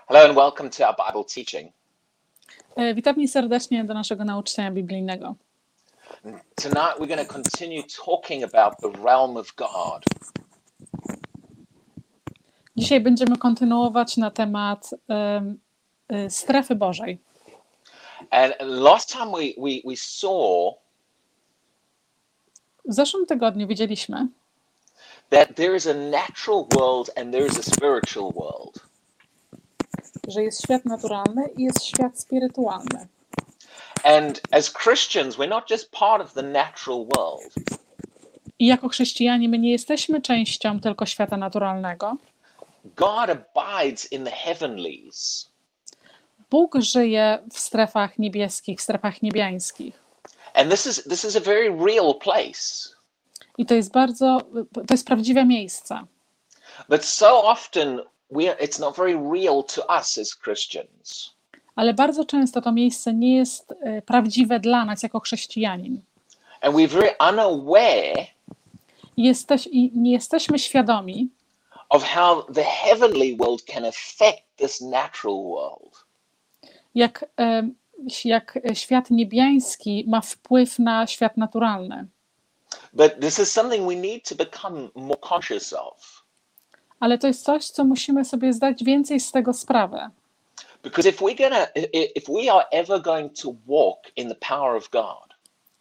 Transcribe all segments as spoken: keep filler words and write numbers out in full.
Hello and welcome to our Bible teaching. Witam serdecznie do naszego nauczania biblijnego. Tonight we're going to continue talking about the realm of God. Dzisiaj będziemy kontynuować na temat um, y, strefy Bożej. And last time we, we, we saw W zeszłym tygodniu widzieliśmy, that there is a natural world and there is a spiritual world. że jest świat naturalny i jest świat spirytualny. And as Christians, we're not just part of the natural world. I jako chrześcijanie my nie jesteśmy częścią tylko świata naturalnego. God abides in the heavenlies. Bóg żyje w strefach niebieskich, w strefach niebiańskich. And this is this is a very real place. I to jest bardzo, to jest prawdziwe miejsce. But so often we are, it's not very real to us as Christians. Ale bardzo często to miejsce nie jest y, prawdziwe dla nas jako chrześcijanin. And we're very unaware I, jesteś, I nie jesteśmy świadomi, of how the heavenly world can affect this natural world. jak, y, jak świat niebiański ma wpływ na świat naturalny. But this is something we need to become more conscious of. Ale to jest coś, co musimy sobie zdać więcej z tego sprawę. Because if we're gonna, if we are ever going to walk in the power of God,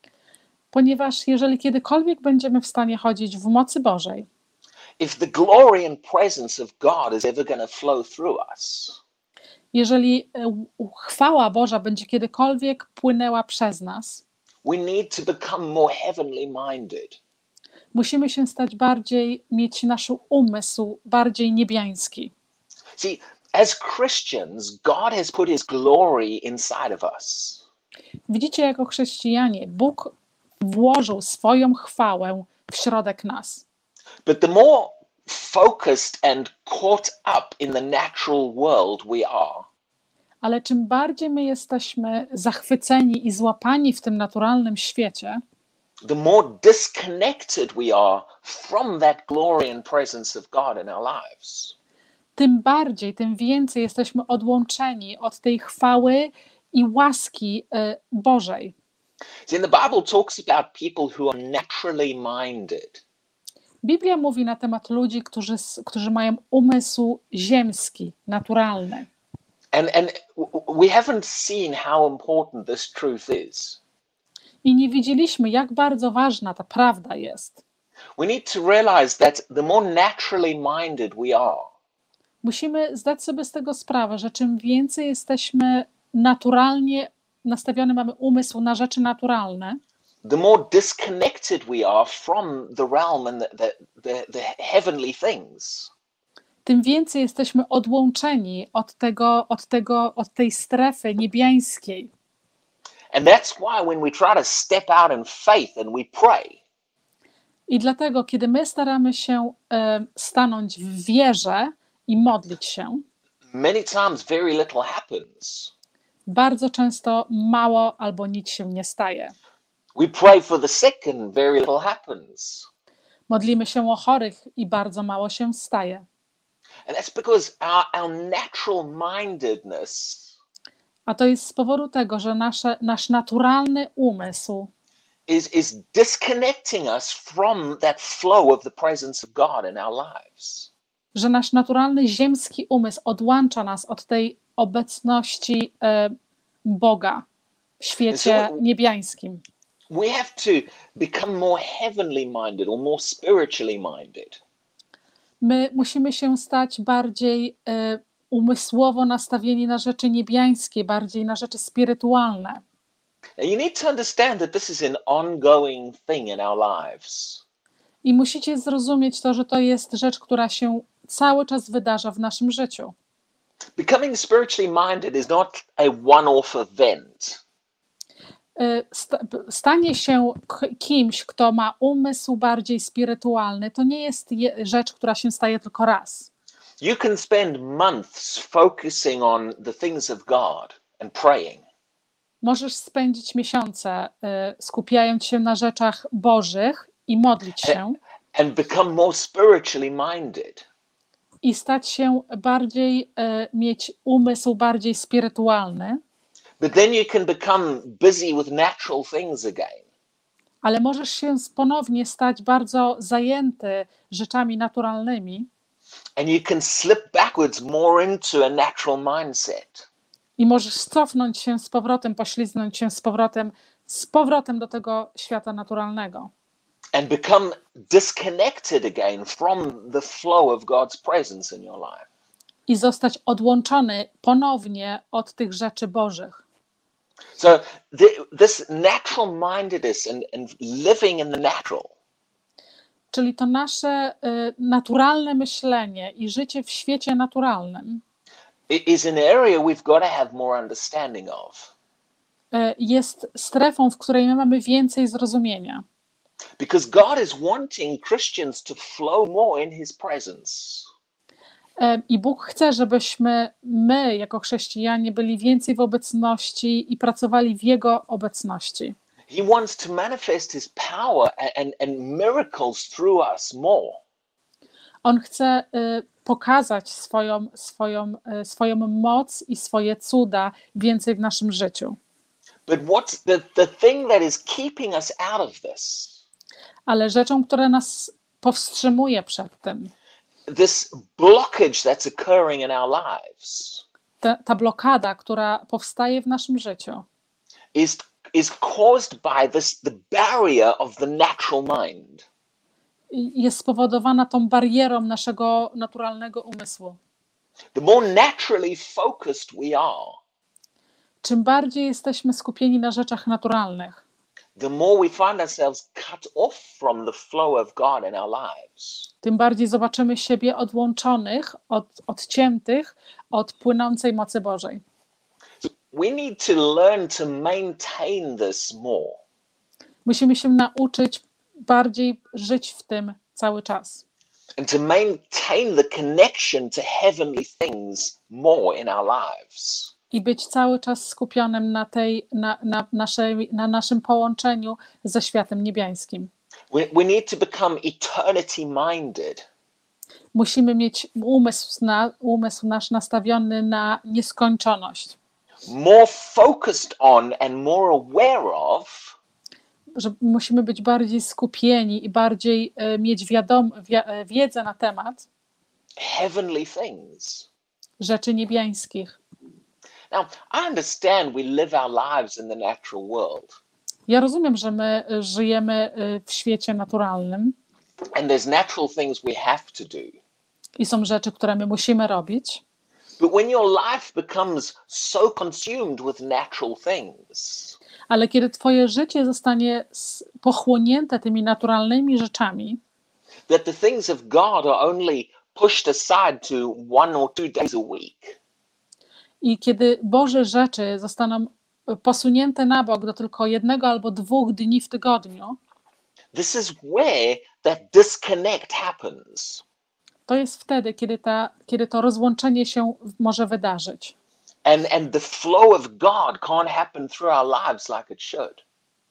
Ponieważ jeżeli kiedykolwiek będziemy w stanie chodzić w mocy Bożej, if the glory and presence of God is ever going to flow through us, jeżeli y, chwała Boża będzie kiedykolwiek płynęła przez nas, we need to become more heavenly minded. musimy się stać bardziej, mieć nasz umysł bardziej niebiański. See, as Christians, God has put his glory inside of us. Widzicie, jako chrześcijanie, Bóg włożył swoją chwałę w środek nas. But the more focused and caught up in the natural world we are, Ale czym bardziej my jesteśmy zachwyceni i złapani w tym naturalnym świecie, the more disconnected we are from that glory and presence of God in our lives. tym bardziej, tym więcej jesteśmy odłączeni od tej chwały i łaski y, Bożej. See, and the Bible talks about people who are naturally minded. Biblia mówi na temat ludzi, którzy, s- którzy mają umysł ziemski, naturalny. And, and we haven't seen how important this truth is. I nie widzieliśmy, jak bardzo ważna ta prawda jest. We need to realize that the more naturally minded we are, Musimy zdać sobie z tego sprawę, że czym więcej jesteśmy naturalnie nastawiony, mamy umysł na rzeczy naturalne, the more disconnected we are from the realm and the, the, the, the heavenly things. tym więcej jesteśmy odłączeni od tego, od tego, od tej strefy niebiańskiej. And that's why when we try to step out in faith and we pray, I dlatego, kiedy my staramy się e, stanąć w wierze i modlić się, many times very little happens. bardzo często mało albo nic się nie staje. We pray for the sick and very little happens. Modlimy się o chorych i bardzo mało się staje. And that's because our, our natural mindedness A to jest z powodu tego, że nasze, nasz naturalny umysł is, is disconnecting us from that flow of the presence of God in our lives. że nasz naturalny ziemski umysł odłącza nas od tej obecności e, Boga w świecie niebiańskim. We have to become more heavenly minded or more spiritually minded. My musimy się stać bardziej e, umysłowo nastawieni na rzeczy niebiańskie, bardziej na rzeczy spirytualne. Now you need to understand that this is an ongoing thing in our lives. I musicie zrozumieć to, że to jest rzecz, która się cały czas wydarza w naszym życiu. Becoming spiritually minded is not a one-off event. E, sta- Stanie się k- kimś, kto ma umysł bardziej spirytualny, to nie jest je- rzecz, która się staje tylko raz. You can spend months focusing on the things of God and praying. Możesz spędzić miesiące e, skupiając się na rzeczach Bożych i modlić się and become more spiritually minded. i stać się bardziej, e, mieć umysł bardziej spirytualny, but then you can become busy with natural things again. ale możesz się ponownie stać bardzo zajęty rzeczami naturalnymi And you can slip backwards more into a natural mindset. i możesz cofnąć się z powrotem, poślizgnąć się z powrotem, z powrotem do tego świata naturalnego. And become disconnected again from the flow of God's presence in your life. I zostać odłączony ponownie od tych rzeczy Bożych. So the, this natural mindedness and, and living in the natural Czyli to nasze y, naturalne myślenie i życie w świecie naturalnym is an area we've got to have more understanding of. y, jest strefą, w której my mamy więcej zrozumienia. Because God is wanting Christians to flow more in His presence. Y, I Bóg chce, żebyśmy my, jako chrześcijanie, byli więcej w obecności i pracowali w Jego obecności. He wants to manifest His power and, and miracles through us more. On chce y, pokazać swoją, swoją, y, swoją moc i swoje cuda więcej w naszym życiu. But what's the, the thing that is keeping us out of this? Ale rzeczą, która nas powstrzymuje przed tym, This blockage that's occurring in our lives ta, ta blokada, która powstaje w naszym życiu, is, is caused by this, the barrier of the natural mind. jest spowodowana tą barierą naszego naturalnego umysłu. The more naturally focused we are, Czym bardziej jesteśmy skupieni na rzeczach naturalnych, the more we find ourselves cut off from the flow of God in our lives. tym bardziej zobaczymy siebie odłączonych, od, odciętych od płynącej mocy Bożej. We need to learn to maintain this more. Musimy się nauczyć bardziej żyć w tym cały czas. And to maintain the connection to heavenly things more in our lives. I być cały czas skupionym na, tej, na, na, naszej, na naszym połączeniu ze światem niebiańskim. We, we need to become eternity minded. Musimy mieć umysł, na, umysł nasz nastawiony na nieskończoność. More focused on and more aware of Że musimy być bardziej skupieni i bardziej e, mieć wiadom, wi- e, wiedzę na temat heavenly things. rzeczy niebiańskich. Now, I understand we live our lives in the natural world. Ja rozumiem, że my e, żyjemy e, w świecie naturalnym And there's natural things we have to do. i są rzeczy, które my musimy robić, But when your life becomes so consumed with natural things, ale kiedy twoje życie zostanie s- pochłonięte tymi naturalnymi rzeczami, that the things of God are only pushed aside to one or two days a week, i kiedy Boże rzeczy zostaną posunięte na bok do tylko jednego albo dwóch dni w tygodniu, this is where that disconnect happens. to jest wtedy, kiedy, ta, kiedy to rozłączenie się może wydarzyć. And, and the flow of God can't happen through our lives like it should.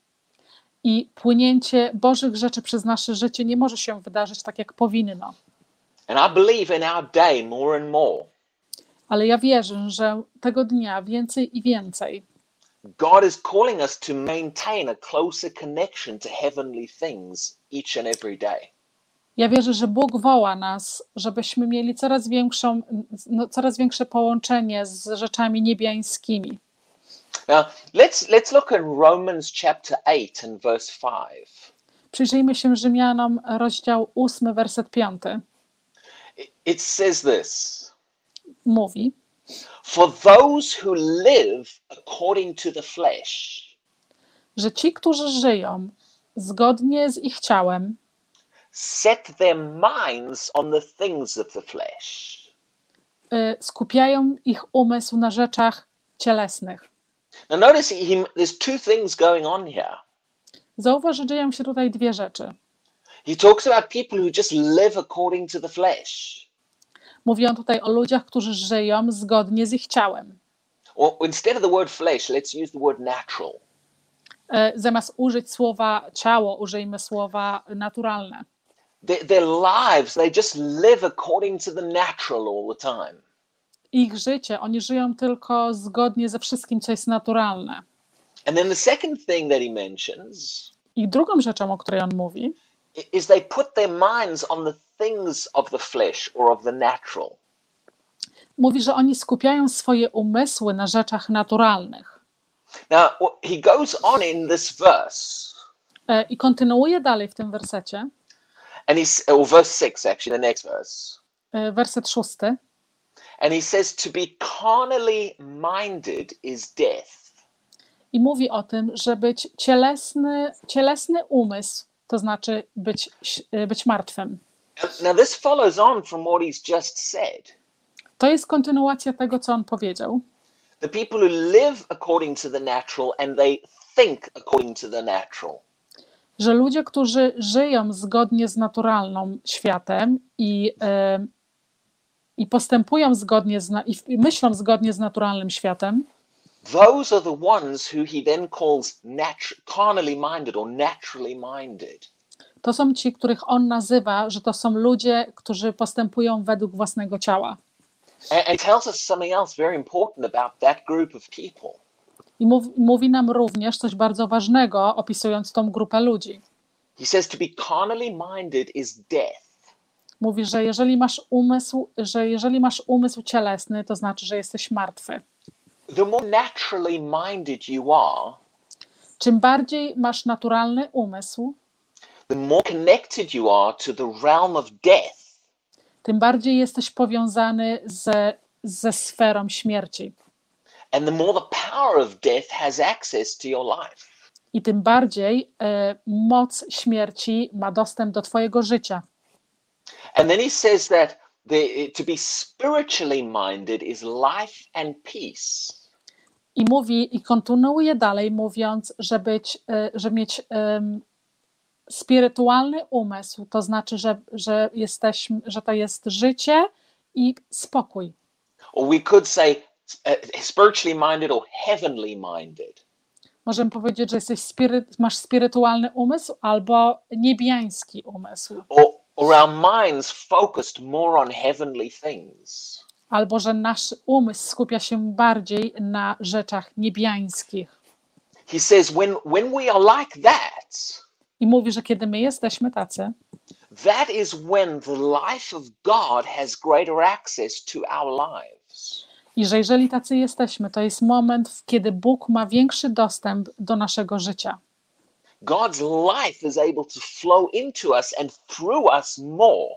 I płynięcie Bożych rzeczy przez nasze życie nie może się wydarzyć tak, jak powinno. And I believe in our day more and more, Ale ja wierzę, że tego dnia więcej i więcej God is calling us to maintain a closer connection to heavenly things each and every day. Ja wierzę, że Bóg woła nas, żebyśmy mieli coraz większą, no, coraz większe połączenie z rzeczami niebiańskimi. Now, let's let's look at Romans chapter eight and verse five. Przyjrzyjmy się Rzymianom, rozdział ósmy, werset piąty. It, it says this: Mówi: For those who live according to the flesh że ci, którzy żyją zgodnie z ich ciałem, set their minds on the things of the flesh. y, skupiają ich umysł na rzeczach cielesnych. Now notice he, there's two things going on here. Zauważ, że dzieją się tutaj dwie rzeczy. He talks about people who just live according to the flesh. Mówi on tutaj o ludziach, którzy żyją zgodnie z ich ciałem. Or instead of the word flesh, let's use the word natural. Y, Zamiast użyć słowa ciało, użyjmy słowa naturalne. their, their lives, they just live according to the natural all the time. Ich życie, oni żyją tylko zgodnie ze wszystkim, co jest naturalne. And then the second thing that he mentions I drugą rzeczą, o której on mówi, is they put their minds on the things of the flesh or of the natural. mówi, że oni skupiają swoje umysły na rzeczach naturalnych. Now, he goes on in this verse. E, I kontynuuje dalej w tym wersecie. And he's, or verse six, actually, the next verse. E, werset szósty. And he says, to be carnally minded is death. I mówi o tym, że być cielesny, cielesny umysł, to znaczy być, być martwym. Now this follows on from what he's just said. To jest kontynuacja tego, co on powiedział. The people who live according to the natural and they think according to the natural. Że ludzie, którzy żyją zgodnie z naturalną światem i, y, i postępują zgodnie z, i myślą zgodnie z naturalnym światem, those are the ones who he then calls natu- carnally minded or naturally minded. To są ci, których on nazywa, że to są ludzie, którzy postępują według własnego ciała. And, and tells us something else very important about that group of people. I mówi, mówi nam również coś bardzo ważnego, opisując tą grupę ludzi. He says to be carnally minded is death. Mówi, że jeżeli masz umysł, że jeżeli masz umysł cielesny, to znaczy, że jesteś martwy. The more naturally minded you are, czym bardziej masz naturalny umysł, the more connected you are to the realm of death. tym bardziej jesteś powiązany ze, ze sferą śmierci. And the more the power of death has access to your life. I tym bardziej e, moc śmierci ma dostęp do twojego życia. And then he says that the, to be spiritually minded is life and peace. I mówi, i kontynuuje dalej, mówiąc, że być, e, że mieć um, spirytualny umysł, to znaczy, że, że, jesteśmy, że to jest życie i spokój. Or we could say uh, spiritually minded or heavenly minded. Możemy powiedzieć, że jesteś spiryt, masz spirytualny umysł albo niebiański umysł. Or, or our minds focused more on heavenly things. Albo że nasz umysł skupia się bardziej na rzeczach niebiańskich. He says when, when we are like that, I mówi, że kiedy my jesteśmy tacy, that is when the life of God has greater access to our lives. i że jeżeli tacy jesteśmy, to jest moment, kiedy Bóg ma większy dostęp do naszego życia. God's life is able to flow into us and through us more.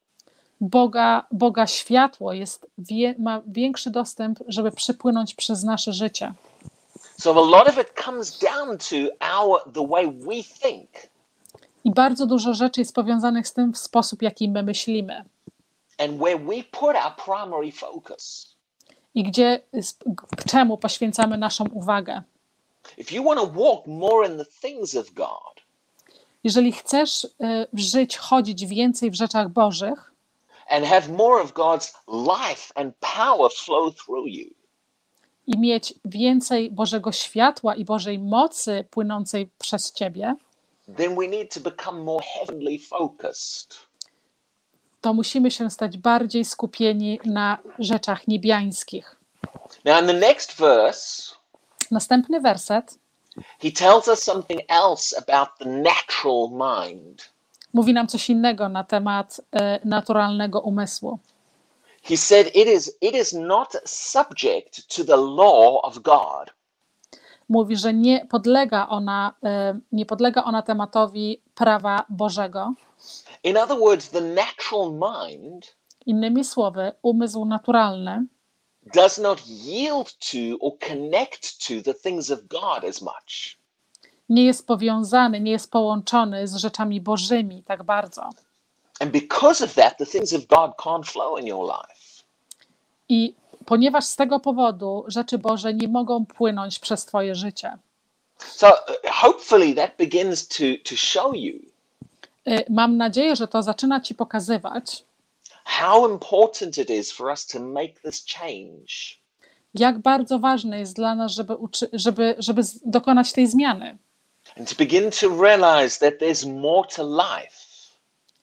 Boga, Boga światło jest, wie, ma większy dostęp, żeby przypłynąć przez nasze życie. So a lot of it comes down to our the way we think. I bardzo dużo rzeczy jest powiązanych z tym w sposób, jaki my myślimy. And where we put our primary focus. I gdzie, czemu poświęcamy naszą uwagę. If you want to walk more in the things of God, jeżeli chcesz y, żyć, chodzić więcej w rzeczach Bożych and have more of God's life and power flow through you, i mieć więcej Bożego światła i Bożej mocy płynącej przez ciebie, then we need to become more heavenly focused. to musimy się stać bardziej skupieni na rzeczach niebiańskich. Now in the next verse, Następny werset he tells us something else about the natural mind. mówi nam coś innego na temat e, naturalnego umysłu. He said it is it is not subject to the law of God. Mówi, że nie podlega ona, e, nie podlega ona tematowi prawa Bożego. In other words, the natural mind Innymi słowy, umysł naturalny does not yield to or connect to the things of God as much. nie jest powiązany, nie jest połączony z rzeczami Bożymi tak bardzo. And because of that, the things of God can't flow in your life. I ponieważ z tego powodu rzeczy Boże nie mogą płynąć przez twoje życie. So uh, hopefully that begins to, to show you Y, Mam nadzieję, że to zaczyna ci pokazywać, how important it is for us to make this change. jak bardzo ważne jest dla nas, żeby, uczy, żeby, żeby z- dokonać tej zmiany. And to begin to realize that there's more to life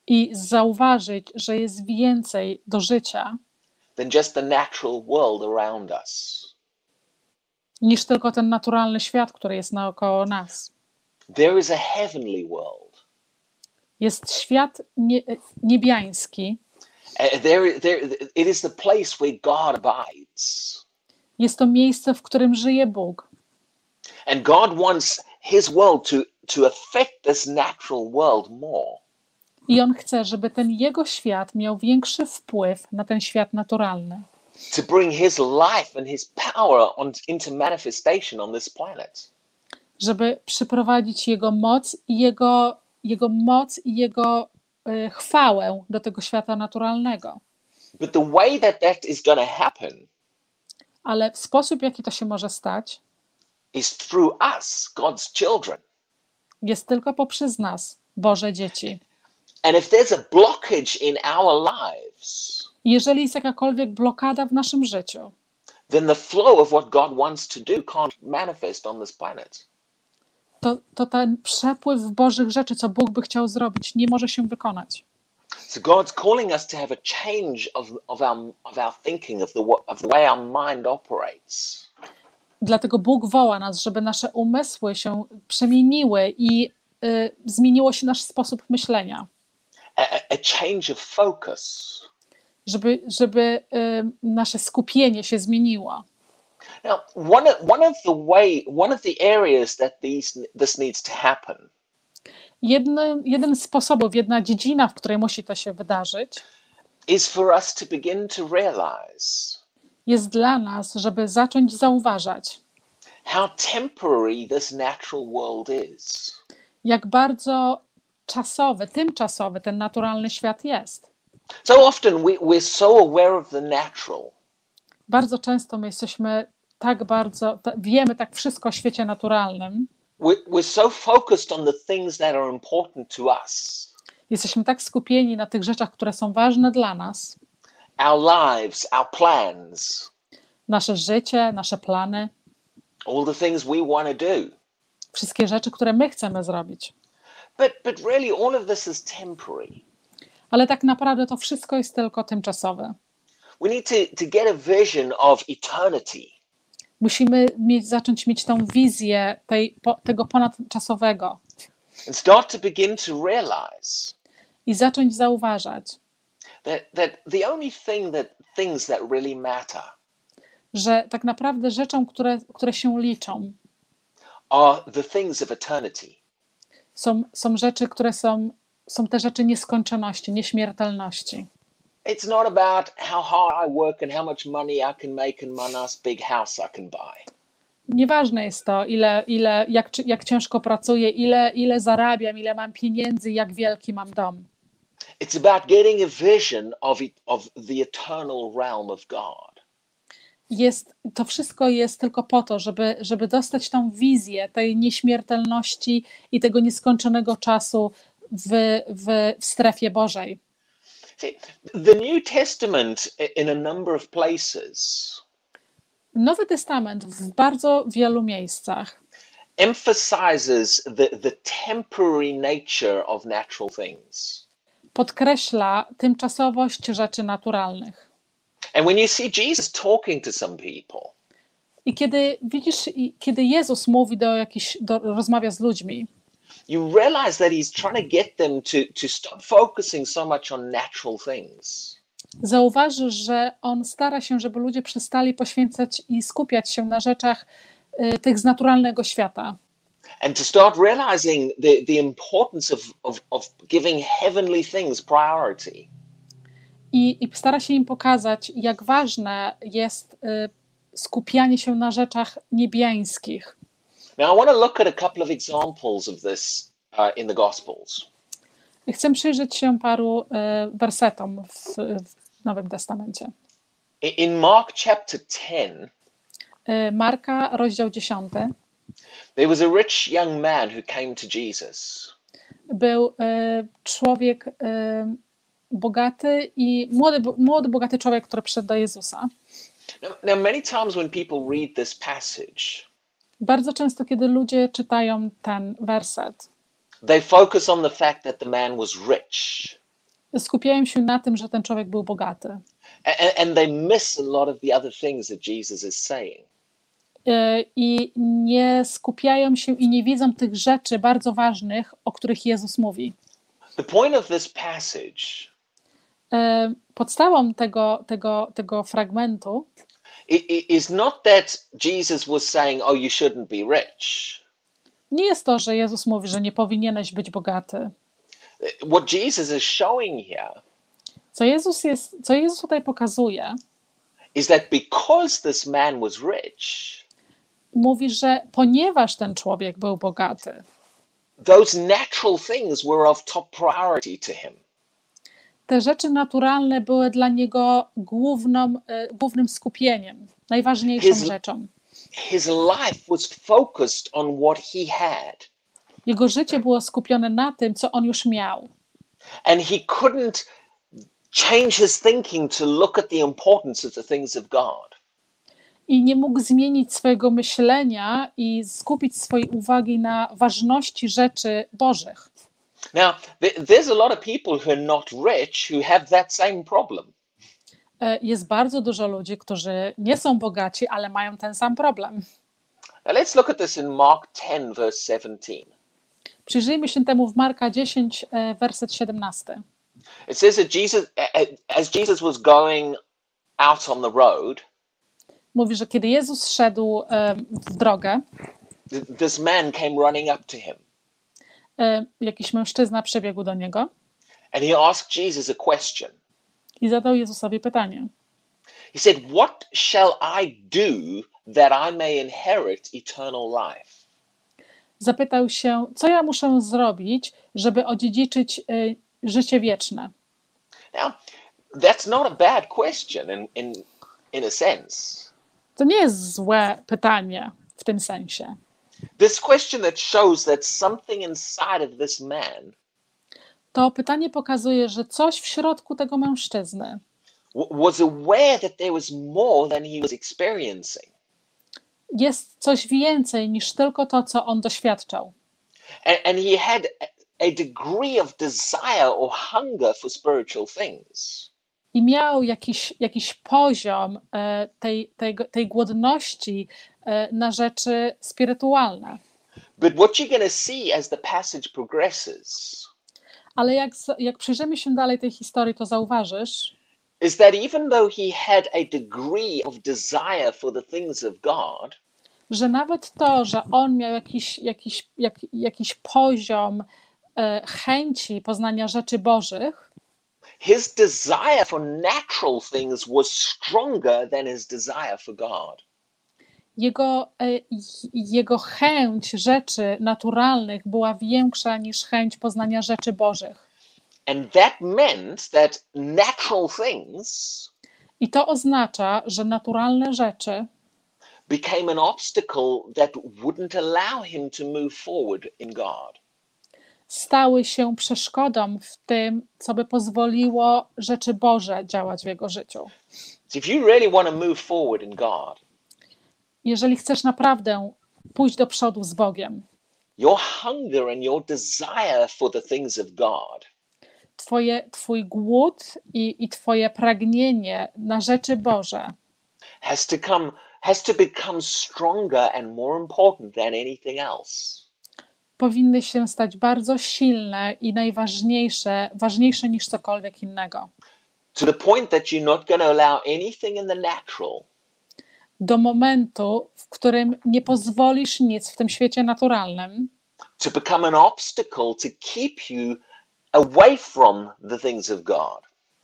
i zauważyć, że jest więcej do życia than just the natural world around us. niż tylko ten naturalny świat, który jest naokoło nas. There is a heavenly world. Jest świat nie, niebiański. Uh, there, there, it is the place where God abides. Jest to miejsce, w którym żyje Bóg. And God wants his world to, to affect this natural world more. I On chce, żeby ten Jego świat miał większy wpływ na ten świat naturalny. To bring his life and his power on, into manifestation on this planet. Żeby przyprowadzić Jego moc i Jego, jego, moc i jego y, chwałę do tego świata naturalnego. But the way that that is going to happen Ale w sposób, w jaki to się może stać, is through us, God's children. jest tylko poprzez nas, Boże dzieci. And if there's a blockage in our lives, Jeżeli jest jakakolwiek blokada w naszym życiu, then the flow of what God wants to do can't manifest on this planet. to, to ten przepływ Bożych rzeczy, co Bóg by chciał zrobić, nie może się wykonać. So God's calling us to have a change of, of, our, of our thinking, of the, of the way our mind operates. Dlatego Bóg woła nas, żeby nasze umysły się przemieniły i y, zmieniło się nasz sposób myślenia. A, a change of focus. Żeby, żeby y, nasze skupienie się zmieniło. Now, one of, one of the way, one of the areas that these, this needs to happen Jednym, jeden z sposobów, jedna dziedzina, w której musi to się wydarzyć, is for us to begin to realize jest dla nas, żeby zacząć zauważać, how temporary this natural world is. jak bardzo czasowy, tymczasowy ten naturalny świat jest. So often we, we're so aware of the natural. Bardzo często my jesteśmy tak bardzo, wiemy tak wszystko o świecie naturalnym. We're, we're so focused on the things that are important to us. Jesteśmy tak skupieni na tych rzeczach, które są ważne dla nas. Our lives, our plans, Nasze życie, nasze plany, all the things we want to do. wszystkie rzeczy, które my chcemy zrobić. But, but really all of this is temporary. Ale tak naprawdę to wszystko jest tylko tymczasowe. We need to, to get a vision of eternity. Musimy mieć, zacząć mieć tą wizję tej, po, tego ponadczasowego And start to begin to realize i zacząć zauważać, that, that the only thing that, things that really matter że tak naprawdę rzeczą, które, które się liczą, are the things of eternity. są, są rzeczy, które są, są te rzeczy nieskończoności, nieśmiertelności. It's not about how hard I work and how much money I can make and my nice big house I can buy. Nieważne jest to, ile, ile, jak, jak ciężko pracuję, ile, ile zarabiam, ile mam pieniędzy, jak wielki mam dom. It's about getting a vision of, it, of the eternal realm of God. Jest, to wszystko jest tylko po to, żeby, żeby dostać tą wizję tej nieśmiertelności i tego nieskończonego czasu w, w, w strefie Bożej. See, the New Testament in a number of places Nowy Testament w bardzo wielu miejscach emphasizes the, the temporary nature of natural things. podkreśla tymczasowość rzeczy naturalnych. And when you see Jesus talking to some people, I kiedy widzisz, i kiedy Jezus mówi do jakichś, do, rozmawia z ludźmi, you realize that he's trying to get them to, to stop focusing so much on natural things. zauważysz, że On stara się, żeby ludzie przestali poświęcać i skupiać się na rzeczach y, tych z naturalnego świata. And to start realizing the, the importance of, of, of giving heavenly things priority. I, I stara się im pokazać, jak ważne jest y, skupianie się na rzeczach niebiańskich. Now I want to look at a couple of examples of this uh, in the Gospels. Chcę przyjrzeć się paru y, wersetom w, w Nowym Testamencie. In Mark chapter ten, Y, Marka, rozdział dziesiąty. there was a rich young man who came to Jesus. Był y, człowiek y, bogaty i młody, młody, bogaty człowiek, który przyszedł do Jezusa. Now, now, many times when people read this passage, Bardzo często, kiedy ludzie czytają ten werset, they focus on the fact that the man was rich. skupiają się na tym, że ten człowiek był bogaty. And, and they miss a lot of the other things that Jesus is saying. I nie skupiają się i nie widzą tych rzeczy bardzo ważnych, o których Jezus mówi. The point of this passage Podstawą tego, tego, tego fragmentu is not that Jesus was saying, oh, you shouldn't be rich. Nie jest to, że Jezus mówi, że nie powinieneś być bogaty. What Jesus is showing here Co Jezus, jest, co Jezus tutaj pokazuje, is that because this man was rich, mówi, że ponieważ ten człowiek był bogaty, those natural things were of top priority to him. Te rzeczy naturalne były dla niego główną, głównym skupieniem, najważniejszą His, rzeczą. His life was focused on what he had. Jego życie było skupione na tym, co on już miał. And he couldn't change his thinking to look at the importance of the things of God. I nie mógł zmienić swojego myślenia i skupić swojej uwagi na ważności rzeczy Bożych. Now, there's a lot of people who are not rich who have that same problem. Jest bardzo dużo ludzi, którzy nie są bogaci, ale mają ten sam problem. Now let's look at this in Mark ten, verse seventeen. Przyjrzyjmy się temu w Marka dziesięć, werset siedemnasty. It says that Jesus, as Jesus was going out on the road, mówi, że kiedy Jezus szedł w drogę, this man came running up to him. Jakiś mężczyzna przebiegł do niego. And he asked Jesus a question. I zadał Jezusowi pytanie. He said, "What shall I do that I may inherit eternal life?" Zapytał się, co ja muszę zrobić, żeby odziedziczyć y, życie wieczne. Now, that's not a bad question in, in, in a sense. To nie jest złe pytanie w tym sensie. This question that shows that something inside of this man To pytanie pokazuje, że coś w środku tego mężczyzny was aware that there was more than he was experiencing. Jest coś więcej niż tylko to, co on doświadczał. And, and he had a degree of desire or hunger for spiritual things. I miał jakiś, jakiś poziom e, tej, tej, tej głodności e, na rzeczy spirytualne. But what you're going to see as the passage progresses Ale jak, jak przyjrzymy się dalej tej historii, to zauważysz, is that even though he had a degree of desire for the things of God, że nawet to, że on miał jakiś, jakiś, jak, jakiś poziom e, chęci poznania rzeczy Bożych, his desire for natural things was stronger than his desire for God. Jego, e, jego chęć rzeczy naturalnych była większa niż chęć poznania rzeczy Bożych. And that meant that natural things I to oznacza, że naturalne rzeczy became an obstacle that wouldn't allow him to move forward in God. stały się przeszkodą w tym, co by pozwoliło rzeczy Boże działać w jego życiu. So if you really want to move forward in God, Jeżeli chcesz naprawdę pójść do przodu z Bogiem, your hunger and your desire for the things of God twoje, twój głód i, i twoje pragnienie na rzeczy Boże has to come has to become stronger and more important than anything else. powinny się stać bardzo silne i najważniejsze, ważniejsze niż cokolwiek innego. To the point that you're not going to allow anything in the natural Do momentu, w którym nie pozwolisz nic w tym świecie naturalnym, to become an obstacle to keep you away from the things of God.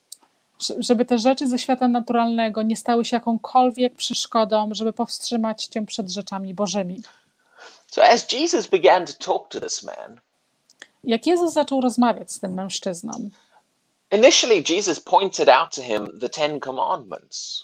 żeby te rzeczy ze świata naturalnego nie stały się jakąkolwiek przeszkodą, żeby powstrzymać cię przed rzeczami Bożymi. So as Jesus began to talk to this man, Jak Jezus zaczął rozmawiać z tym mężczyzną, initially Jesus pointed out to him the Ten Commandments.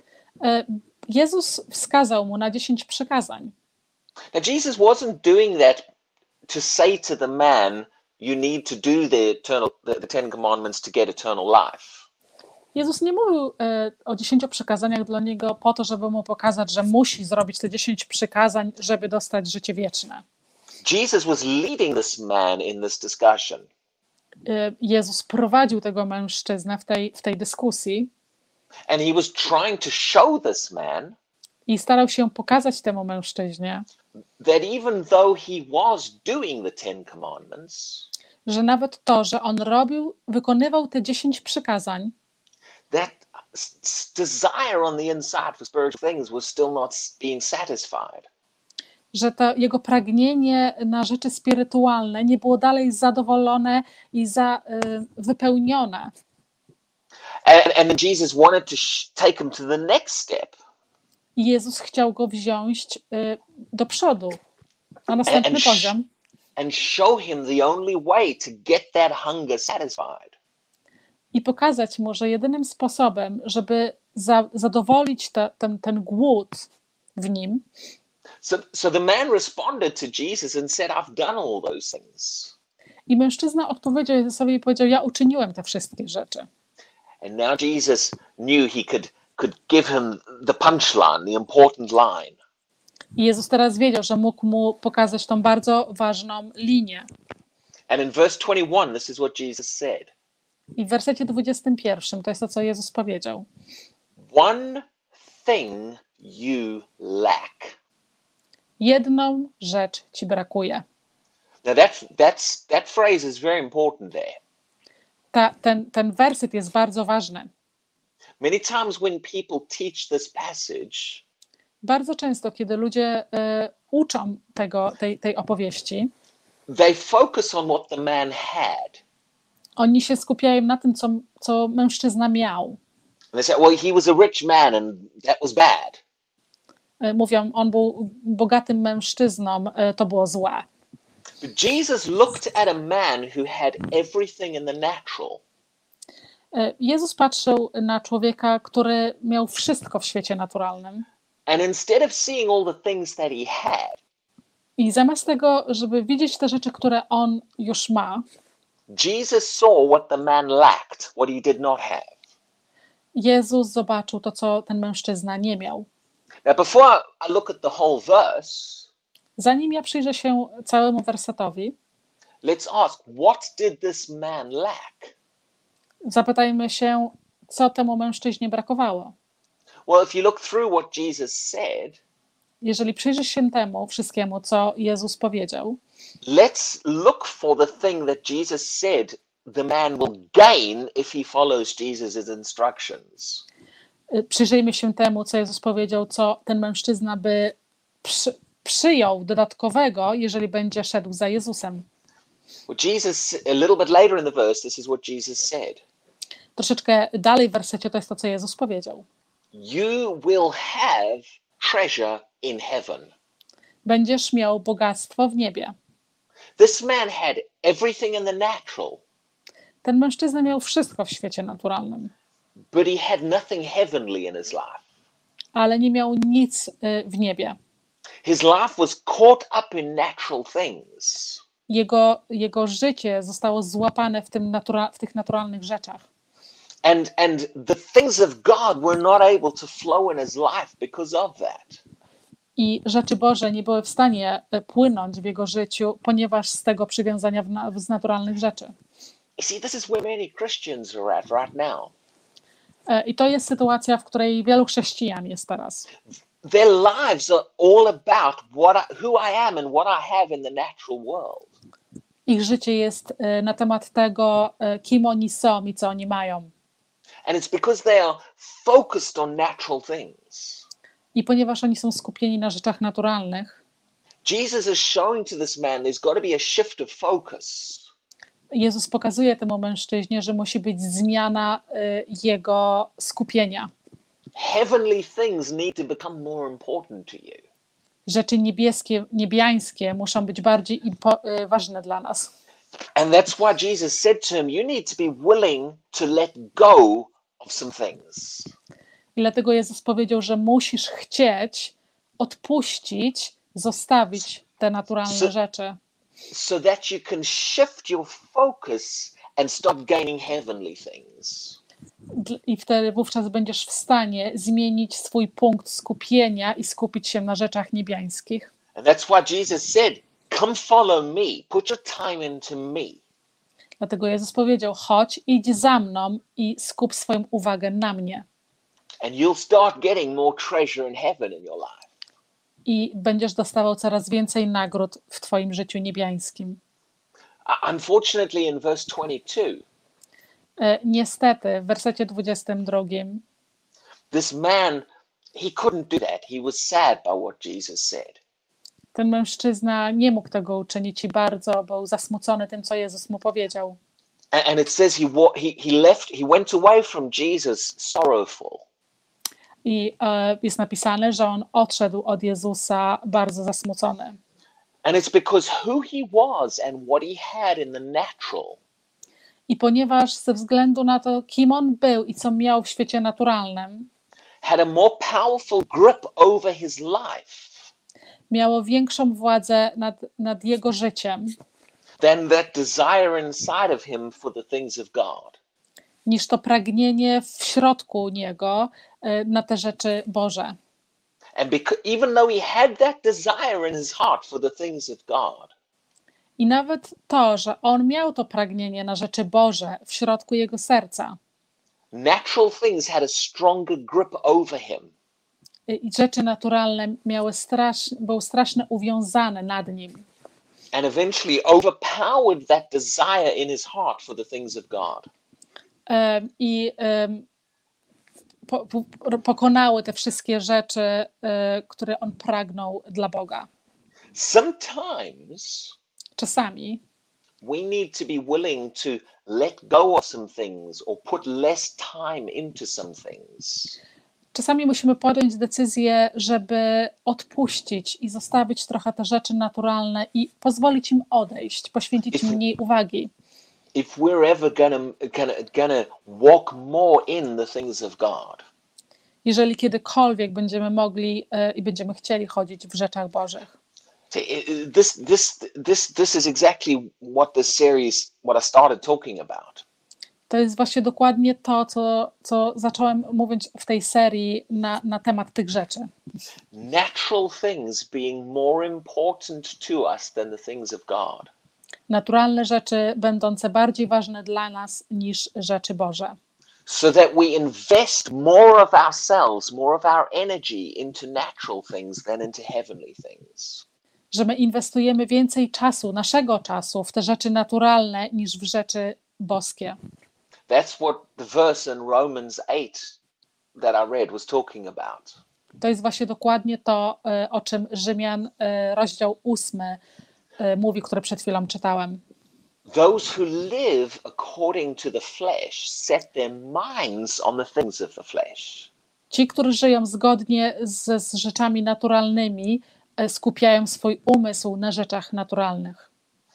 Jezus wskazał mu na dziesięć przykazań. Now Jesus wasn't doing that to say to the man, you need to do the eternal the, the Ten Commandments to get eternal life. Jezus nie mówił e, o dziesięciu przykazaniach dla niego po to, żeby mu pokazać, że musi zrobić te dziesięć przykazań, żeby dostać życie wieczne. Jesus was leading this man in this discussion. Jezus prowadził tego mężczyznę w tej, w tej dyskusji. And he was trying to show this man I starał się pokazać temu mężczyźnie, that even though he was doing the Ten Commandments, że nawet to, że on robił, wykonywał te dziesięć przykazań, that desire on the inside for spiritual things was still not being satisfied. że to jego pragnienie na rzeczy spirytualne nie było dalej zadowolone i za, y, wypełnione. And, and Jesus wanted to sh- take him to the next step. I Jezus chciał go wziąć y, do przodu, na następny And sh- poziom. and show him the only way to get that hunger satisfied I pokazać mu, że jedynym sposobem, żeby za, zadowolić te, ten, ten głód w nim, So, so the man responded to Jesus and said, I've done all those things. i mężczyzna odpowiedział Jezusowi i powiedział, ja uczyniłem te wszystkie rzeczy. And now Jesus knew he could, could give him the punchline, the important line. I Jezus teraz wiedział, że mógł mu pokazać tą bardzo ważną linię. And in verse twenty-one, this is what Jesus said. I w wersecie dwudziestym pierwszym to jest to, co Jezus powiedział. One thing you lack. Jedną rzecz ci brakuje. Now that, that's, that phrase is very important there. Ta, ten, ten werset jest bardzo ważny. Many times when people teach this passage, Bardzo często, kiedy ludzie y, uczą tego, tej, tej opowieści, they focus on what the man had. oni się skupiają na tym, co, co mężczyzna miał. And they say, well, he was a rich man and that was bad. Y, Mówią, on był bogatym mężczyzną, y, to było złe. But Jesus looked at a man who had everything in the natural. Y, Jezus patrzył na człowieka, który miał wszystko w świecie naturalnym. And instead of seeing all the things that he had, I zamiast tego, żeby widzieć te rzeczy, które on już ma, Jesus saw what the man lacked, what he did not have. Jezus zobaczył to, co ten mężczyzna nie miał. Now, before I look at the whole verse, Zanim ja przyjrzę się całemu wersetowi, let's ask, what did this man lack? zapytajmy się, co temu mężczyźnie brakowało. Well, if you look through what Jesus said, Jeżeli przyjrzysz się temu wszystkiemu, co Jezus powiedział, let's look for the thing that Jesus said the man will gain if he follows Jesus' instructions. y, przyjrzyjmy się temu, co Jezus powiedział, co ten mężczyzna by przy, przyjął dodatkowego, jeżeli będzie szedł za Jezusem. Well, Jesus, a little bit later in the verse, this is what Jesus said. Troszeczkę dalej w wersecie to jest to, co Jezus powiedział. You will have treasure in heaven. Będziesz miał bogactwo w niebie. This man had everything in the natural, Ten mężczyzna miał wszystko w świecie naturalnym, but he had nothing heavenly in his life. ale nie miał nic y, w niebie. His life was caught up in natural things. Jego, jego życie zostało złapane w, tym natura- w tych naturalnych rzeczach. And, and the things of God were not able to flow in his life because of that. I rzeczy Boże nie były w stanie y, płynąć w jego życiu, ponieważ z tego przywiązania w na- z naturalnych rzeczy. You see, this is where many Christians are at right now. Y, I to jest sytuacja, w której wielu chrześcijan jest teraz. Their lives are all about what I, who I am and what I have in the natural world. Ich życie jest y, na temat tego, y, kim oni są i co oni mają. And it's because they are focused on natural things. I ponieważ oni są skupieni na rzeczach naturalnych, Jesus is showing to this man there's got to be a shift of focus. Jezus pokazuje temu mężczyźnie, że musi być zmiana y, jego skupienia. Heavenly things need to become more important to you. Rzeczy niebieskie, niebiańskie muszą być bardziej impo- y, ważne dla nas. And that's why Jesus said to him, you need to be willing to let go of some things. I dlatego Jezus powiedział, że musisz chcieć odpuścić, zostawić te naturalne So- rzeczy, so that you can shift your focus and stop gaining heavenly things. Dl- i wtedy wówczas będziesz w stanie zmienić swój punkt skupienia i skupić się na rzeczach niebiańskich. And that's why Jesus said, come follow me, put your time into me. Dlatego Jezus powiedział: chodź, idź za mną i skup swoją uwagę na mnie. And you'll start getting more treasure in heaven in your life. I będziesz dostawał coraz więcej nagród w twoim życiu niebiańskim. Uh, unfortunately, in verse twenty-two, E, Niestety, w wersecie dwudziestym drugim this man, he couldn't do that. He was sad by what Jesus said. ten mężczyzna nie mógł tego uczynić i bardzo był zasmucony tym, co Jezus mu powiedział. And, and it says he, wa- he he left. He went away from Jesus sorrowful. I e, jest napisane, że on odszedł od Jezusa bardzo zasmucony. And it's because who he was and what he had in the natural I ponieważ ze względu na to, kim on był i co miał w świecie naturalnym, had a more powerful grip over his life miało większą władzę nad, nad jego życiem than that desire inside of him for the things of God. niż to pragnienie w środku niego e, na te rzeczy Boże. And because even though he had that desire in his heart for the things of God, I nawet to, że on miał to pragnienie na rzeczy Boże w środku jego serca, natural things had a stronger grip over him. i rzeczy naturalne miały strasz, były strasznie uwiązane nad nim. And eventually overpowered that desire in his heart for the things of God. Em, I em, po, po, pokonały te wszystkie rzeczy, e, które on pragnął dla Boga. Sometimes Czasami we need to be willing to let go of some things or put less time into some things. Czasami musimy podjąć decyzję, żeby odpuścić i zostawić trochę te rzeczy naturalne i pozwolić im odejść, poświęcić im mniej uwagi. If we're ever gonna, gonna, gonna walk more in the things of God. Jeżeli kiedykolwiek będziemy mogli e, i będziemy chcieli chodzić w rzeczach Bożych. See, i- i- This, this, this, this is exactly what this series, what I started talking about. To jest właśnie dokładnie to, co, co zacząłem mówić w tej serii na, na temat tych rzeczy. Natural things being more important to us than the things of God. Naturalne rzeczy będące bardziej ważne dla nas niż rzeczy Boże. So that we invest more of ourselves, more of our energy into natural things than into heavenly things. Że my inwestujemy więcej czasu, naszego czasu w te rzeczy naturalne niż w rzeczy boskie. That's what the verse in Romans eight that I read was talking about. To jest właśnie dokładnie to, e, o czym Rzymian, e, rozdział ósmy e, mówi, które przed chwilą czytałem. Those who live according to the flesh set their minds on the things of the flesh. Ci, którzy żyją zgodnie z, z rzeczami naturalnymi, e, skupiają swój umysł na rzeczach naturalnych.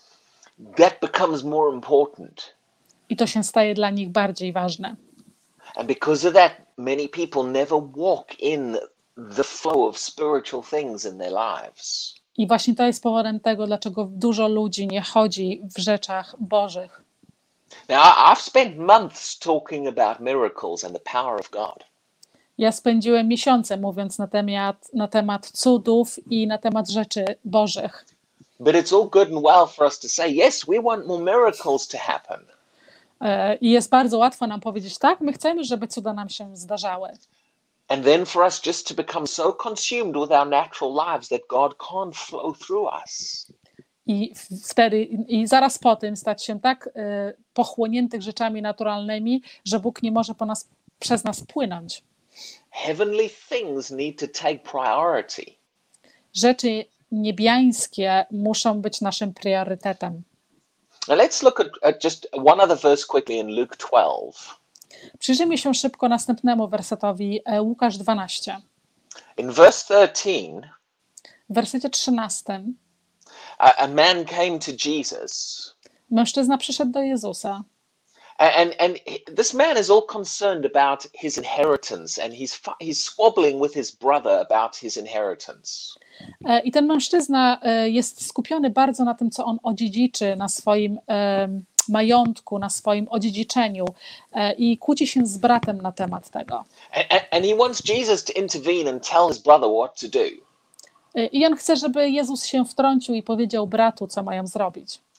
That becomes more important. I to się staje dla nich bardziej ważne. And because of that, many people never walk in the flow of spiritual things in their lives. I właśnie to jest powodem tego, dlaczego dużo ludzi nie chodzi w rzeczach Bożych. Now, I- I've spent months talking about miracles and the power of God. Ja spędziłem miesiące mówiąc na temat, na temat cudów i na temat rzeczy Bożych. But it's all good and well for us to say, yes, we want more miracles to happen. E, I jest bardzo łatwo nam powiedzieć, tak, my chcemy, żeby cuda nam się zdarzały. And then for us just to become so consumed with our natural lives that God can't flow through us. I wtedy, i zaraz po tym stać się tak e, pochłoniętych rzeczami naturalnymi, że Bóg nie może po nas, przez nas płynąć. Heavenly things need to take priority. Rzeczy niebiańskie muszą być naszym priorytetem. Now let's look at, at just one other verse quickly in Luke twelve. Przyjrzyjmy się szybko następnemu wersetowi, e, Łukasz dwanaście. In verse thirteen, W wersecie trzynastym a, a man came to Jesus, mężczyzna przyszedł do Jezusa. a- and, and he- this man is all concerned about his inheritance, and he's, fi- he's squabbling with his brother about his inheritance. E, I ten mężczyzna e, jest skupiony bardzo na tym, co on odziedziczy, na swoim em, majątku, na swoim odziedziczeniu e, i kłóci się z bratem na temat tego. And, and, and he wants Jesus to intervene and tell his brother what to do. E, I on chce, żeby Jezus się wtrącił i powiedział bratu, co mają zrobić.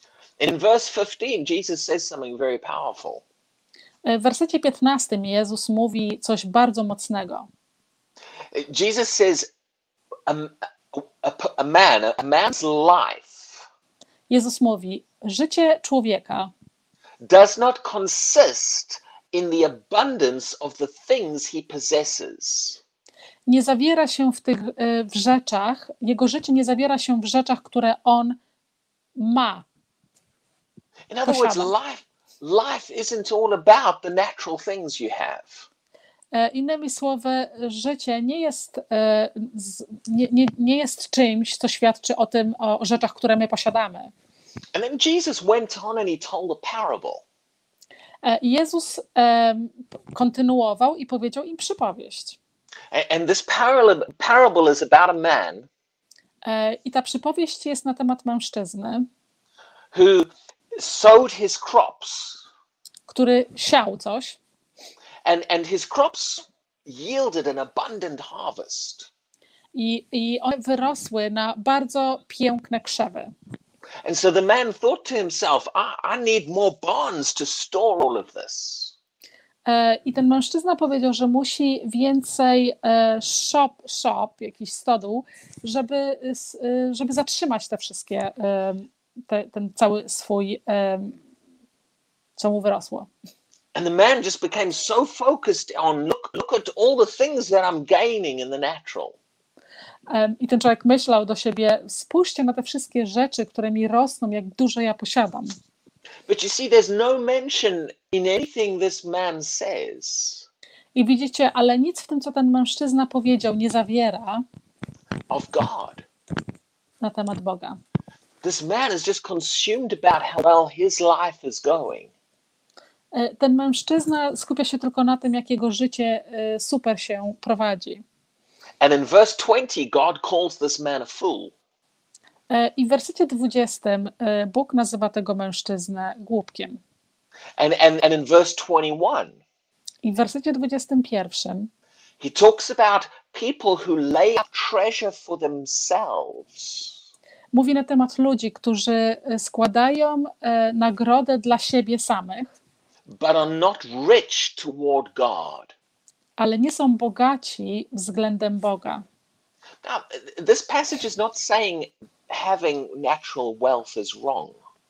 In verse fifteen, Jesus says something very powerful. W wersecie piętnastym Jezus mówi coś bardzo mocnego. Jesus says, a, a, a man, a man's life Jezus mówi, życie człowieka does not consist in the abundance of the things he possesses. nie zawiera się w tych w rzeczach, jego życie nie zawiera się w rzeczach, które on ma. In other words, life, life isn't all about the natural things you have. Innymi słowy, życie nie jest, nie, nie, nie jest czymś, co świadczy o tym, o rzeczach, które my posiadamy. And then Jesus went on and he told a parable. Jezus kontynuował i powiedział im przypowieść. And this parable, parable is about a man I ta przypowieść jest na temat mężczyzny, who sowed his crops. Który siał coś. And, and his crops yielded an abundant harvest. I, I one wyrosły na bardzo piękne krzewy. And so the man thought to himself, I, I need more barns to store all of this. I ten mężczyzna powiedział, że musi więcej shop, shop, jakiś stodół, żeby, żeby zatrzymać te wszystkie, te, ten cały swój, co mu wyrosło. And the man just became so focused on look, look at all the things that I'm gaining in the natural. I ten człowiek myślał do siebie, spójrzcie na te wszystkie rzeczy, które mi rosną, jak dużo ja posiadam. But you see, there's no mention in anything this man says. I widzicie, ale nic w tym, co ten mężczyzna powiedział, nie zawiera of God. Na temat Boga. This man is just consumed about how well his life is going. Ten mężczyzna skupia się tylko na tym, jak jego życie super się prowadzi. And in verse twenty, God calls this man a fool. I w wersecie dwudziestym Bóg nazywa tego mężczyznę głupkiem. And, and, and in verse twenty-one, I w wersecie dwudziestym pierwszym he talks about people who lay up treasure for themselves. Mówi na temat ludzi, którzy składają nagrodę dla siebie samych, but are not rich toward God. Ale nie są bogaci względem Boga. Now, this passage is not saying having natural wealth is wrong.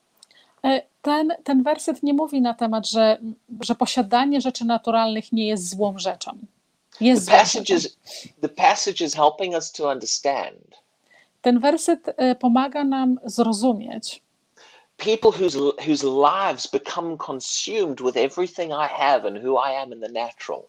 Ten, ten werset nie mówi na temat, że, że posiadanie rzeczy naturalnych nie jest złą rzeczą. Jest the, passage is, the passage is helping us to understand. Ten werset pomaga nam zrozumieć. People whose, whose lives become consumed with everything I have and who I am in the natural.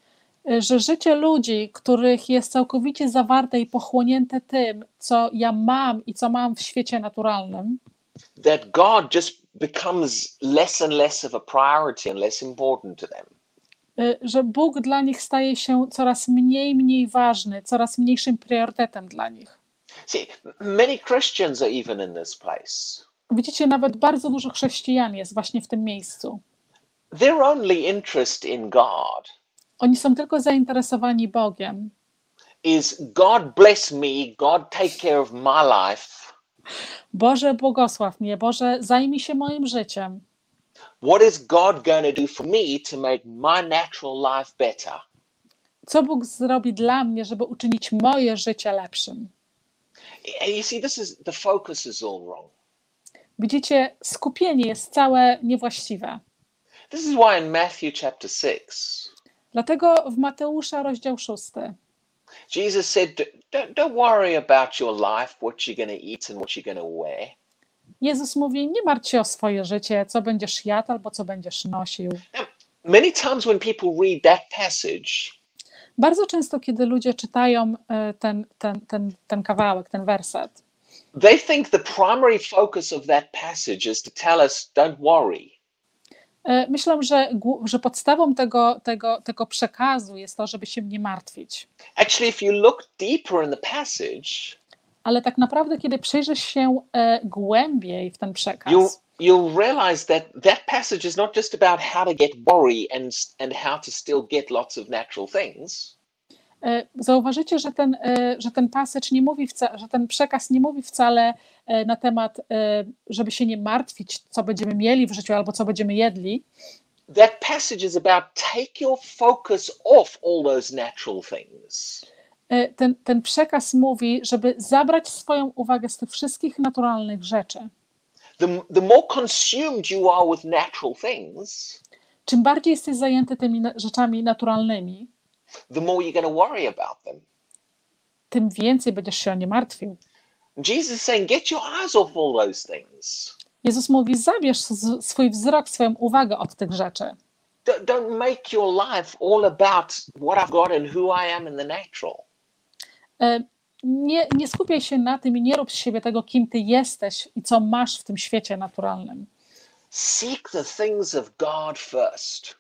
Że życie ludzi, których jest całkowicie zawarte i pochłonięte tym, co ja mam i co mam w świecie naturalnym, that God just becomes less and less of a priority and less important to them. Że Bóg dla nich staje się coraz mniej, mniej ważny, coraz mniejszym priorytetem dla nich. See, many Christians are even in this place. Widzicie, nawet bardzo dużo chrześcijan jest właśnie w tym miejscu. Their only interest in God Oni są tylko zainteresowani Bogiem. Is God bless me, God take care of my life. Boże, błogosław mnie, Boże, zajmij się moim życiem. What is God going to do for me to make my natural life better? Co Bóg zrobi dla mnie, żeby uczynić moje życie lepszym? You see, this is the focus is all wrong. Widzicie, skupienie jest całe niewłaściwe. This is why in Matthew chapter six. Dlatego w Mateusza rozdział szósty. Jesus said, don't, don't worry about your life, what you're going to eat and what you're going to wear. Jezus mówi, nie martw się o swoje życie, co będziesz jadł albo co będziesz nosił. Now, many times when people read that passage, bardzo często, kiedy ludzie czytają ten, ten, ten, ten kawałek, ten werset, they think the primary focus of that passage is to tell us, don't worry. Myślę, że, że podstawą tego, tego, tego przekazu jest to, żeby się nie martwić. Actually, if you look deeper in the passage, ale tak naprawdę, kiedy przyjrzysz się głębiej w ten przekaz, you'll, you'll realize that that passage is not just about how to get worry and, and how to still get lots of natural things. E, Zauważycie, że ten, e, że ten passage nie mówi wcale, że ten przekaz nie mówi wcale e, na temat, e, żeby się nie martwić, co będziemy mieli w życiu albo co będziemy jedli. That passage is about take your focus off all those natural things. E, Ten, ten przekaz mówi, żeby zabrać swoją uwagę z tych wszystkich naturalnych rzeczy. The, the more consumed you are with natural things, Czym bardziej jesteś zajęty tymi na- rzeczami naturalnymi, the more you're going to worry about them. tym więcej będziesz się o nie martwił. Jesus is saying, get your eyes off all those things. Jezus mówi, zabierz z- swój wzrok, swoją uwagę od tych rzeczy. Don't, don't make your life all about what I've got and who I am in the natural. E, Nie, nie skupiaj się na tym i nie rób z siebie tego, kim ty jesteś i co masz w tym świecie naturalnym. Seek the things of God first.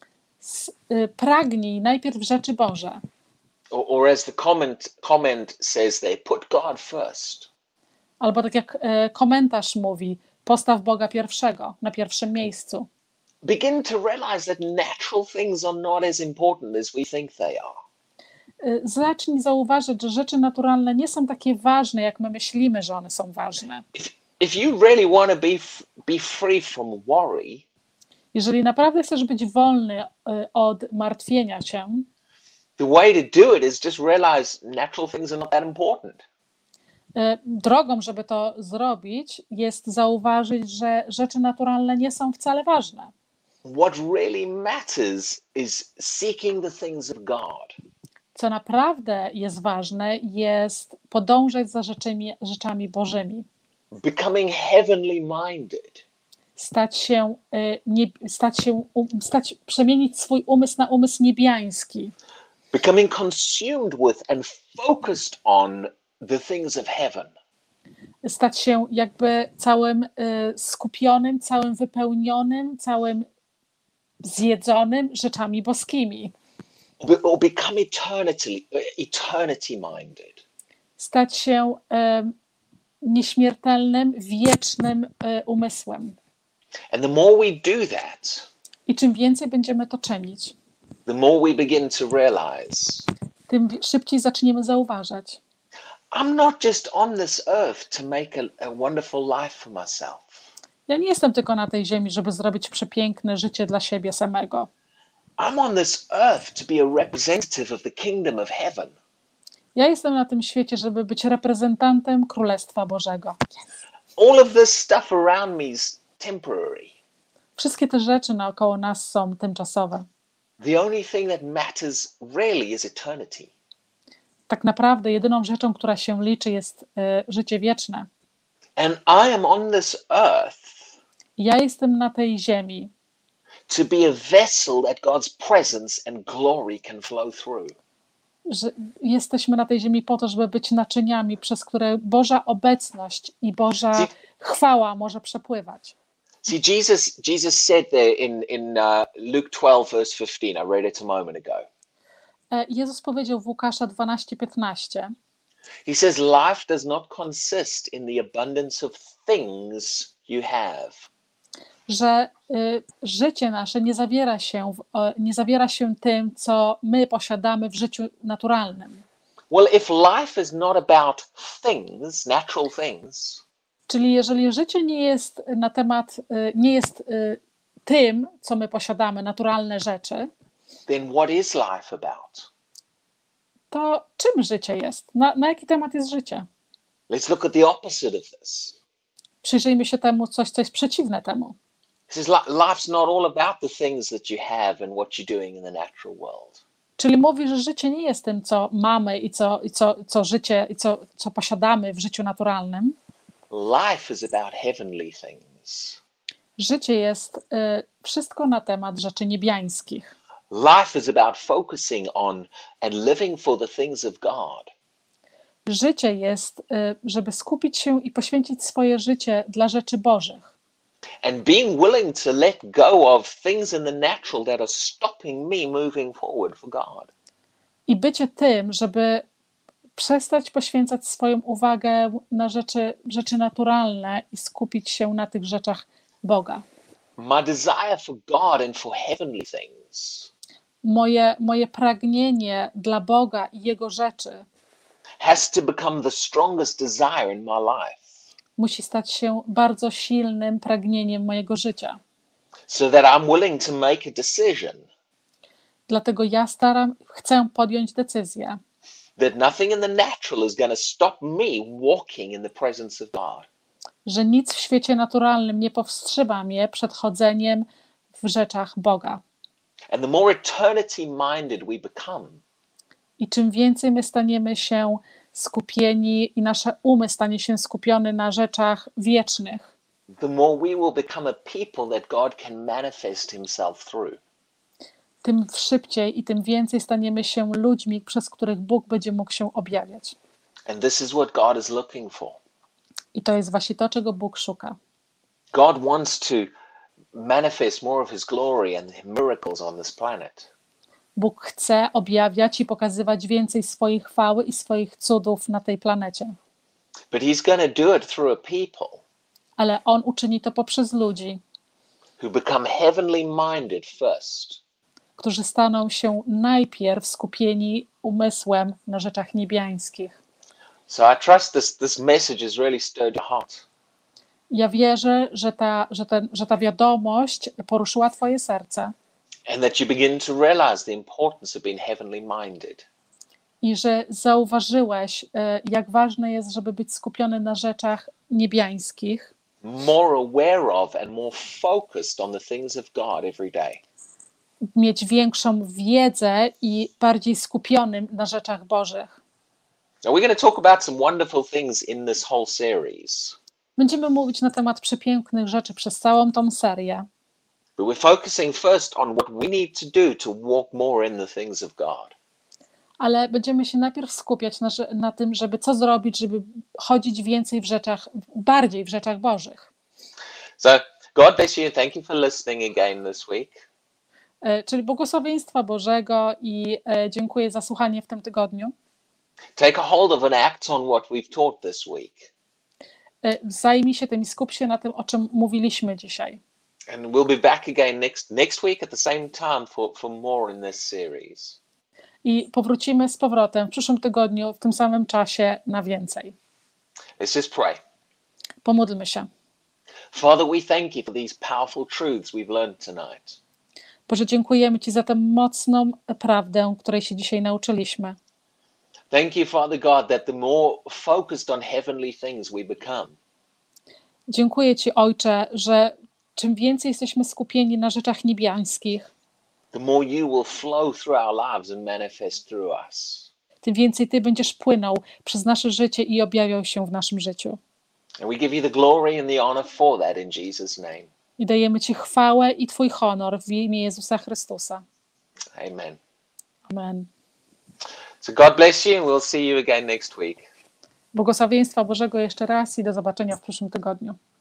S- e, Pragnij najpierw rzeczy Boże. Or, or as the comment, comment says there, put God first. Albo tak jak e, komentarz mówi, postaw Boga pierwszego, na pierwszym miejscu. Begin to realize that natural things are not as important as we think they are. E, Zacznij zauważyć, że rzeczy naturalne nie są takie ważne, jak my myślimy, że one są ważne. If, if you really want to be, f- be free from worry, Jeżeli naprawdę chcesz być wolny e, od martwienia się, the way to do it is just realize natural things are not that important. e, drogą, żeby to zrobić, jest zauważyć, że rzeczy naturalne nie są wcale ważne. What really matters is seeking the things of God. Co naprawdę jest ważne, jest podążać za rzeczami, rzeczami Bożymi. Becoming heavenly minded. Stać się, e, nie, stać się, um, stać, przemienić swój umysł na umysł niebiański. Becoming consumed with and focused on the things of heaven. Stać się jakby całym e, skupionym, całym wypełnionym, całym zjedzonym rzeczami boskimi. Be- Or become eternity, eternity minded. Stać się e, nieśmiertelnym, wiecznym e, umysłem. And the more we do that, I czym więcej będziemy to czynić, the more we begin to realize tym szybciej zaczniemy zauważać. I'm not just on this earth to make a, a wonderful life for myself. Ja nie jestem tylko na tej ziemi, żeby zrobić przepiękne życie dla siebie samego. I'm on this earth to be a representative of the kingdom of heaven. Ja jestem na tym świecie, żeby być reprezentantem Królestwa Bożego. All of this stuff around me is temporary. Wszystkie te rzeczy naokoło nas są tymczasowe. The only thing that matters really is eternity. Tak naprawdę jedyną rzeczą, która się liczy, jest e, życie wieczne. And I am on this earth Ja jestem na tej ziemi, to be a vessel that God's presence and glory can flow through. że jesteśmy na tej ziemi po to, żeby być naczyniami, przez które Boża obecność i Boża chwała może przepływać. See, Jesus, Jesus said there in, in uh, Luke twelve, verse fifteen, I read it a moment ago. E, Jezus powiedział w Łukasza dwanaście piętnaście, He says, life does not consist in the abundance of things you have. że y, życie nasze nie zawiera się, w, o, nie zawiera się tym, co my posiadamy w życiu naturalnym. Well, if life is not about things, natural things, Czyli jeżeli życie nie jest na temat, y, nie jest y, tym, co my posiadamy, naturalne rzeczy, then what is life about? to czym życie jest? Na, na jaki temat jest życie? Let's look at the opposite of this. Przyjrzyjmy się temu, coś, co jest przeciwne temu. He says li- life's not all about the things that you have and what you're doing in the natural world. Czyli mówi, że życie nie jest tym, co mamy i co, i co, co życie, i co, co posiadamy w życiu naturalnym. Life is about heavenly things. Życie jest y, wszystko na temat rzeczy niebiańskich. Life is about focusing on and living for the things of God. Życie jest, y, żeby skupić się i poświęcić swoje życie dla rzeczy Bożych. And being willing to let go of things in the natural that are stopping me moving forward for God. I bycie tym, żeby przestać poświęcać swoją uwagę na rzeczy, rzeczy naturalne i skupić się na tych rzeczach Boga. My desire for God and for heavenly things moje, moje pragnienie dla Boga i Jego rzeczy has to become the strongest desire in my life, musi stać się bardzo silnym pragnieniem mojego życia. so that I'm willing to make a decision Dlatego ja staram, chcę podjąć decyzję, that nothing in the natural is going to stop me walking in the presence of God. że nic w świecie naturalnym nie powstrzyma mnie przed chodzeniem w rzeczach Boga. And the more eternity minded we become, I czym więcej my staniemy się skupieni i nasz umysł stanie się skupiony na rzeczach wiecznych, the more we will become a people that God can manifest himself through. tym szybciej i tym więcej staniemy się ludźmi, przez których Bóg będzie mógł się objawiać. And this is what God is looking for. I to jest właśnie to, czego Bóg szuka. God wants to manifest more of his glory and miracles on this planet. Bóg chce objawiać i pokazywać więcej swojej chwały i swoich cudów na tej planecie. But he's going to do it through a people Ale On uczyni to poprzez ludzi, who become heavenly minded first. którzy staną się najpierw skupieni umysłem na rzeczach niebiańskich. So I trust this, this message has really stirred your heart. Ja wierzę, że ta, że, ten, że ta wiadomość poruszyła Twoje serce And that you begin to realize the importance of being heavenly minded. i że zauważyłeś, e, jak ważne jest, żeby być skupiony na rzeczach niebiańskich, More aware of and more focused on the things of God every day. mieć większą wiedzę i bardziej skupionym na rzeczach Bożych. Now we're going to talk about some wonderful things in this whole series. Będziemy mówić na temat przepięknych rzeczy przez całą tą serię, But we're focusing first on what we need to do to walk more in the things of God. ale będziemy się najpierw skupiać na, że- na tym, żeby co zrobić, żeby chodzić więcej w rzeczach, bardziej w rzeczach Bożych. So God bless you and thank you for listening again this week. E, Czyli błogosławieństwa Bożego i e, dziękuję za słuchanie w tym tygodniu. Take a hold of and act on what we've taught this week. E, Zajmij się tym i skup się na tym, o czym mówiliśmy dzisiaj. And we'll be back again next next week at the same time for, for more in this series. I powrócimy z powrotem w przyszłym tygodniu, w tym samym czasie na więcej. Let's just pray. Pomódlmy się. Father, we thank you for these powerful truths we've learned tonight. Boże, dziękujemy Ci za tę mocną prawdę, której się dzisiaj nauczyliśmy. Thank you, Father God, that the more focused on heavenly things we become, Dziękuję Ci, Ojcze, że czym więcej jesteśmy skupieni na rzeczach niebiańskich, the more you will flow through our lives and manifest through us. tym więcej Ty będziesz płynął przez nasze życie i objawiał się w naszym życiu. And we give you the glory and the honor for that in Jesus' name. I dajemy Ci chwałę i Twój honor w imię Jezusa Chrystusa. Amen. Amen. So God bless you and we'll see you again next week. Błogosławieństwa Bożego jeszcze raz i do zobaczenia w przyszłym tygodniu.